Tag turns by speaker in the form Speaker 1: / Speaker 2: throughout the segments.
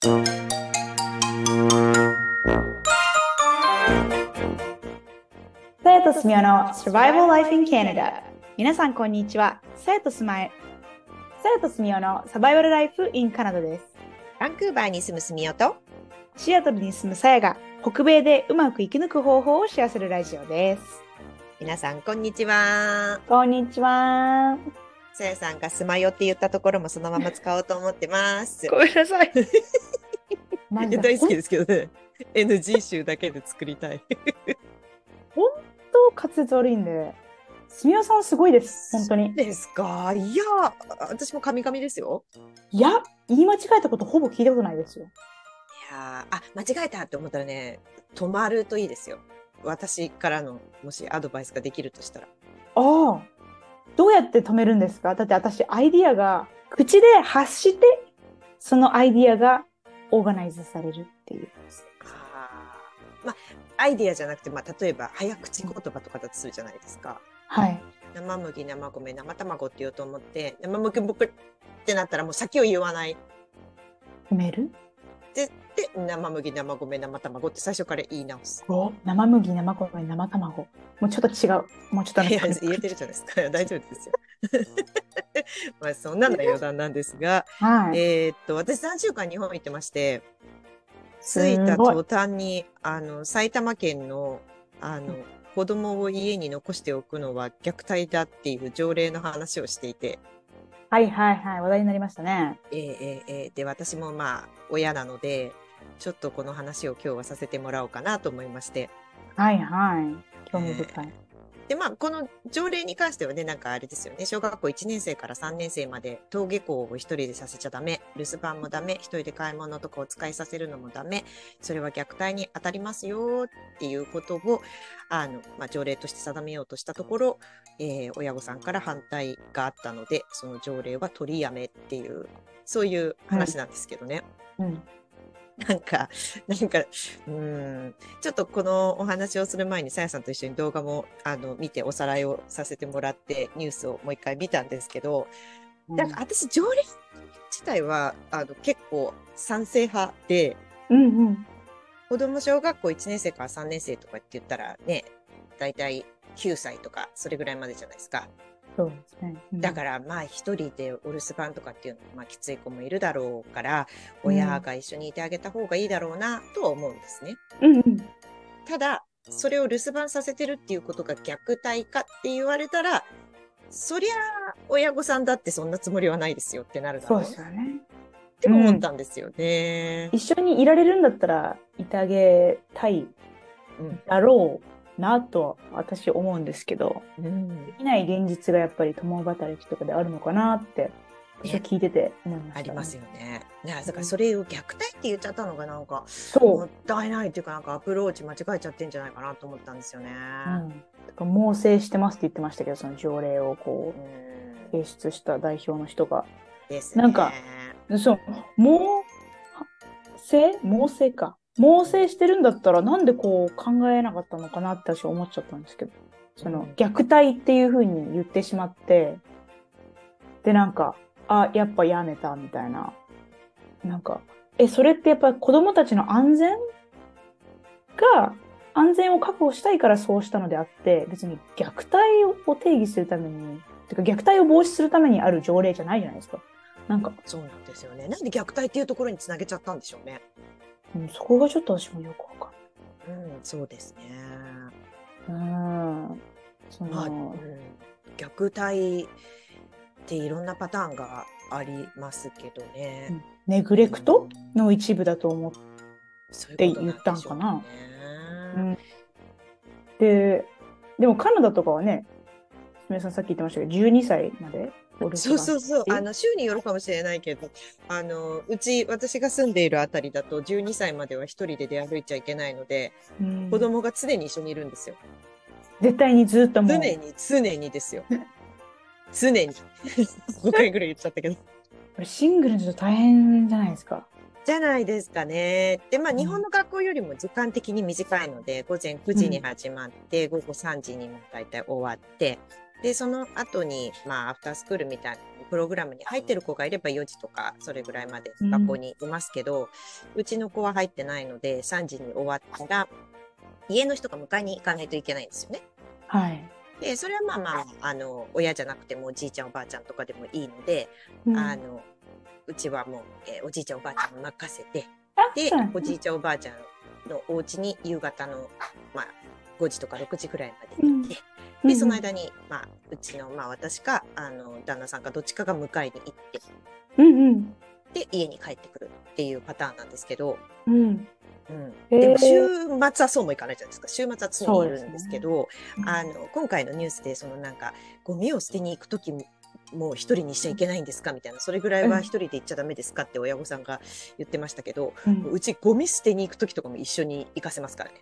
Speaker 1: さやとすみおの Survival Life in Canada。 皆さんこんにちは。さやとすみおのサバイバルライフ in カナダです。
Speaker 2: バンクーバーに住むすみおと
Speaker 1: シアトルに住むさやが北米でうまく生き抜く方法をシェアするラジオです。
Speaker 2: 皆さんこんにちは。
Speaker 1: こんにちは。
Speaker 2: さやさんがすまよって言ったところもそのまま使おうと思ってます。
Speaker 1: ごめんなさい。
Speaker 2: 大好きですけどね。NG 集だけで作りたい。
Speaker 1: 本当滑舌悪いんで。すみおさんすごいです。本当に。
Speaker 2: ですか。いや、私も神々ですよ。
Speaker 1: いや、言い間違えたことほぼ聞いたことないですよ。
Speaker 2: いや間違えたって思ったらね、止まるといいですよ。私からのもしアドバイスができるとしたら。
Speaker 1: ああ。どうやって止めるんですか？だって私アイディアが口で発してそのアイディアがオーガナイズされるっていう。
Speaker 2: アイディアじゃなくて、例えば早口言葉とかだとするじゃないですか。
Speaker 1: はい。
Speaker 2: 生麦、生米、生卵って言おうと思って、生麦僕ってなったらもう先を言わない。
Speaker 1: 止める？
Speaker 2: で、生麦、生米、生卵って最初から言い直す。
Speaker 1: 生麦、生米、生卵。もうちょっと違う。もうちょっと
Speaker 2: いや、言えてるじゃないですか。大丈夫ですよ。そんなのは余談なんですが、
Speaker 1: はい。
Speaker 2: 私3週間日本行ってまして、着いた途端に、埼玉県の、子供を家に残しておくのは虐待だっていう条例の話をしていて。
Speaker 1: はいはいはい。話題になりましたね。
Speaker 2: で、私も親なので、ちょっとこの話を今日はさせてもらおうかなと思いまして。
Speaker 1: はいはい。興味深い。
Speaker 2: で、この条例に関してはね、なんかあれですよね。小学校1年生から3年生まで登下校を一人でさせちゃダメ。留守番もダメ。一人で買い物とかを使いさせるのもダメ。それは虐待に当たりますよっていうことを、条例として定めようとしたところ、親御さんから反対があったので、その条例は取りやめっていう、そういう話なんですけどね。なんか、ちょっとこのお話をする前に、さやさんと一緒に動画も、見ておさらいをさせてもらって、ニュースをもう一回見たんですけど、なんか私、条例自体は、結構賛成派で、子供小学校1年生から3年生とかって言ったらね、だいたい9歳とか、それぐらいまでじゃないですか。
Speaker 1: そうですね。
Speaker 2: だから一人でお留守番とかっていうのはきつい子もいるだろうから、親が一緒にいてあげた方がいいだろうなとは思うんですね。ただ、それを留守番させてるっていうことが虐待かって言われたら、そりゃ親御さんだってそんなつもりはないですよってなるだろう。
Speaker 1: そうですよね。
Speaker 2: って思ったんですよね。
Speaker 1: 一緒にいられるんだったらいてあげたいだろうなと私思うんですけど、できない現実がやっぱり共働きとかであるのかなって私は聞いてて思いました、
Speaker 2: ありますよね。だからそれを虐待って言っちゃったのがなんか
Speaker 1: も
Speaker 2: ったいないっていうか、なんかアプローチ間違えちゃってんじゃないかなと思ったんですよね。
Speaker 1: 猛省してますって言ってましたけど、その条例をこう提出した代表の人が
Speaker 2: ですね。
Speaker 1: なんかそう猛省してるんだったらなんでこう考えなかったのかなって私は思っちゃったんですけど、その虐待っていう風に言ってしまって、でなんかやっぱやめたみたいな、なんかそれってやっぱり子供たちの安全を確保したいからそうしたのであって、別に虐待を定義するためにてか虐待を防止するためにある条例じゃないじゃないですか。なんか
Speaker 2: そうなんですよね。なんで虐待っていうところにつなげちゃったんでしょうね。
Speaker 1: そこがちょっと私もよくわか
Speaker 2: んない。そうですね。虐待っていろんなパターンがありますけどね。
Speaker 1: ネグレクトの一部だと思って言ったんかな。でもカナダとかはね、皆さんさっき言ってましたけど12歳まで
Speaker 2: そう州によるかもしれないけど、私が住んでいるあたりだと12歳までは一人で出歩いちゃいけないので、子供が常に一緒にいるんですよ。
Speaker 1: 絶対にずっともう
Speaker 2: 常にですよ。常に5回ぐらい言っちゃったけど、
Speaker 1: シングルだと大変じゃないですか。
Speaker 2: じゃないですかね。で、日本の学校よりも時間的に短いので、午前9時に始まって、午後3時にも大体終わって、で、その後に、アフタースクールみたいなのに行プログラムに入ってる子がいれば4時とかそれぐらいまで
Speaker 1: うん
Speaker 2: 学校にいますけど、うちの子は入ってないので3時に終わったら家の人が迎えに行かないといけないんですよね。
Speaker 1: はい。
Speaker 2: で、それはまあまあ、親じゃなくてもおじいちゃんおばあちゃんとかでもいいので、
Speaker 1: うん
Speaker 2: うちはもう、おじいちゃんおばあちゃんに任せて、で
Speaker 1: そうなん、
Speaker 2: おじいちゃんおばあちゃんのお家に夕方の、まあ、5時とか6時くらいまで行って、で、その間に、まあ、うちの、まあ、私か、旦那さんかどっちかが迎えに行って、
Speaker 1: うんうん
Speaker 2: で、家に帰ってくるっていうパターンなんですけど、
Speaker 1: うん
Speaker 2: でも週末はそうもいかないじゃないですか。週末は常にいるんですけど、
Speaker 1: そうですね
Speaker 2: 今回のニュースで、そのなんか、ゴミを捨てに行くときもう一人にしちゃいけないんですかみたいな、それぐらいは一人で行っちゃダメですかって親御さんが言ってましたけど、うちゴミ捨てに行くときとかも一緒に行かせますからね。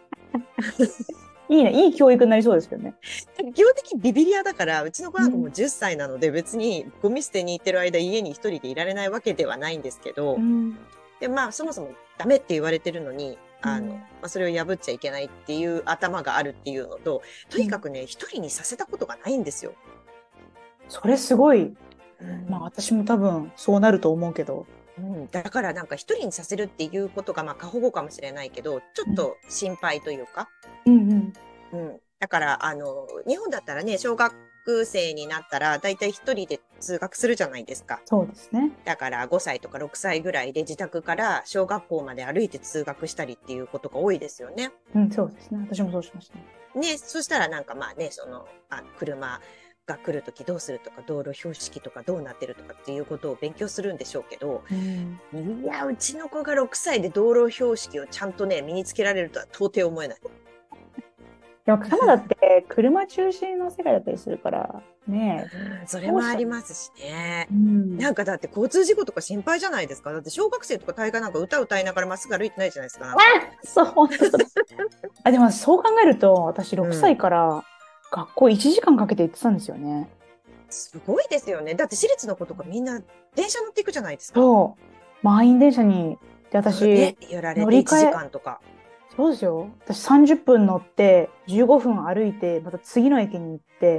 Speaker 1: いいね、いい教育になりそうですけどね。
Speaker 2: 基本的にビビリアだから、うちの子なんかも10歳なので、別にゴミ捨てに行ってる間家に一人でいられないわけではないんですけど、で、まあ、そもそもダメって言われてるのに、まあ、それを破っちゃいけないっていう頭があるっていうのと、とにかくね、一人にさせたことがないんですよ。
Speaker 1: それすごい。まあ私も多分そうなると思うけど。
Speaker 2: だからなんか一人にさせるっていうことがまあ過保護かもしれないけど、ちょっと心配というか。だから日本だったらね、小学生になったらだいたい一人で通学するじゃないですか。
Speaker 1: そうですね。
Speaker 2: だから5歳とか6歳ぐらいで自宅から小学校まで歩いて通学したりっていうことが多いですよね。
Speaker 1: そうですね。私もそうしましたね。
Speaker 2: ね、そしたらなんかまあね、車が来るときどうするとか、道路標識とかどうなってるとかっていうことを勉強するんでしょうけど、いや、うちの子が6歳で道路標識をちゃんとね、身につけられるとは到底思えない。
Speaker 1: でもカナダって車中心の世界だったりするからね。
Speaker 2: それもありますしね。なんかだって交通事故とか心配じゃないですか。だって小学生とか大概なんか歌歌いながらまっすぐ歩いてないじゃないですか。
Speaker 1: そう、本当でもそう考えると、私6歳から学校1時間かけて行ってたんですよね。
Speaker 2: すごいですよね。だって私立の子とかみんな電車乗っていくじゃないですか。
Speaker 1: そう。満員電車に、で私、
Speaker 2: 揺られて1時間とか。
Speaker 1: そうですよ。私30分乗って、15分歩いて、また次の駅に行って、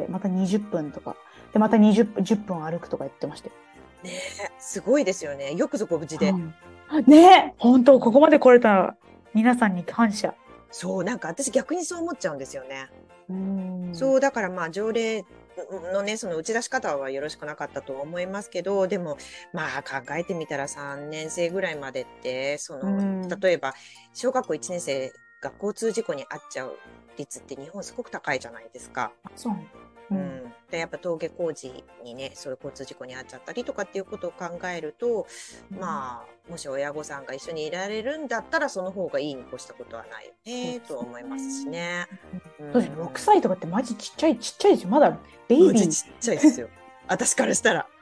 Speaker 1: また20分とか。で、また10分歩くとか言ってましたよ。
Speaker 2: ねえ、すごいですよね。よくぞご無事で。
Speaker 1: ねえ、本当ここまで来れた皆さんに感謝。
Speaker 2: そう、なんか私逆にそう思っちゃうんですよね。そう、だからまあ条例のね、その打ち出し方はよろしくなかったと思いますけど、でもまあ考えてみたら3年生ぐらいまでって、例えば小学校1年生が交通事故に遭っちゃう率って日本すごく高いじゃないですか。
Speaker 1: そう。
Speaker 2: でやっぱ登下校時にね、そういう交通事故に遭っちゃったりとかっていうことを考えると、まあもし親御さんが一緒にいられるんだったらその方がいいに越したことはないよねと思いますしね。
Speaker 1: 6歳とかってマジちっちゃいですよ。まだベイビー。
Speaker 2: マジちっちゃいですよ。私からしたら。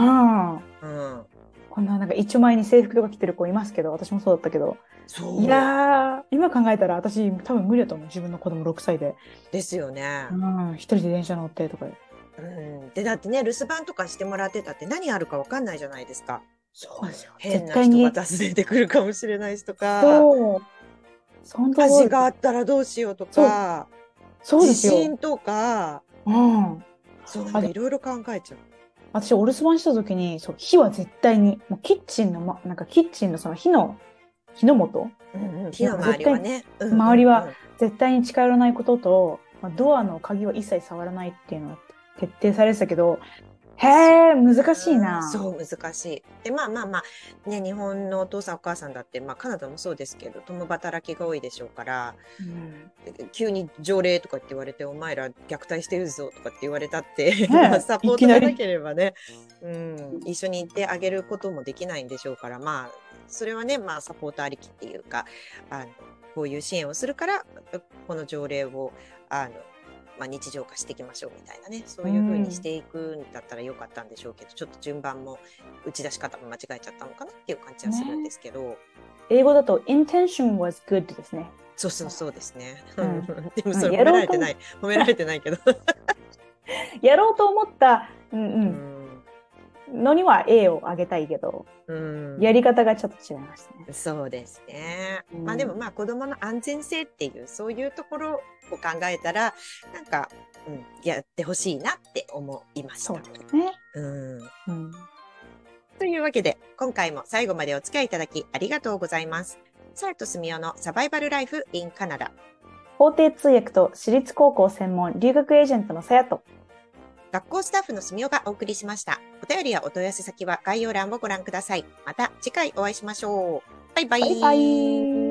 Speaker 1: こんななんか一丁前に制服とか着てる子いますけど、私もそうだったけど。いやー、今考えたら私多分無理だと思う。自分の子供6歳で。
Speaker 2: ですよね。
Speaker 1: 一人で電車乗ってとかで。
Speaker 2: で、だってね、留守番とかしてもらってたって何あるかわかんないじゃないですか。
Speaker 1: そうですよ。
Speaker 2: 変な人が訪ねてくるかもしれないしとか。
Speaker 1: そう。
Speaker 2: 火事があったらどうしようとか。
Speaker 1: そうですよ。
Speaker 2: 地震とか。そう、なんかいろいろ考えちゃう。
Speaker 1: 私、お留守番した時に、そう、火は絶対に、もうキッチンの、なんかキッチンのその火の元、
Speaker 2: 火の周りはね。
Speaker 1: 周りは絶対に近寄らないことと、ドアの鍵は一切触らないっていうのが徹底されてたけど、へえ、難しいな。
Speaker 2: そう、難しい。で、まあ、ね、日本のお父さんお母さんだって、まあ、カナダもそうですけど、共働きが多いでしょうから、急に条例とかって言われて、お前ら虐待してるぞとかって言われたって、サポートじゃなければね、一緒に行ってあげることもできないんでしょうから、まあ、それはね、まあ、サポートありきっていうか、こういう支援をするから、この条例を、まあ、日常化していきましょうみたいなね、そういう風にしていくんだったらよかったんでしょうけど、ちょっと順番も打ち出し方も間違えちゃったのかなっていう感じはするんですけど、
Speaker 1: 英語だと intention was good ですね。
Speaker 2: そうですね。でもそれ褒められてないけど
Speaker 1: やろうと思ったのには A をあげたいけど、やり方がちょっと違いましたね。
Speaker 2: そうですね。まあでもまあ子供の安全性っていうそういうところを考えたらなんか、やってほしいなって思いました。
Speaker 1: そうですね。
Speaker 2: うん。
Speaker 1: うん。
Speaker 2: というわけで、今回も最後までお付き合いいただきありがとうございます。さやとすみおのサバイバルライフ in カナダ。
Speaker 1: 法廷通訳と私立高校専門留学エージェントのさやと、
Speaker 2: 学校スタッフのすみおがお送りしました。お便りやお問い合わせ先は概要欄をご覧ください。また次回お会いしましょう。バイバイ。
Speaker 1: バイバイ。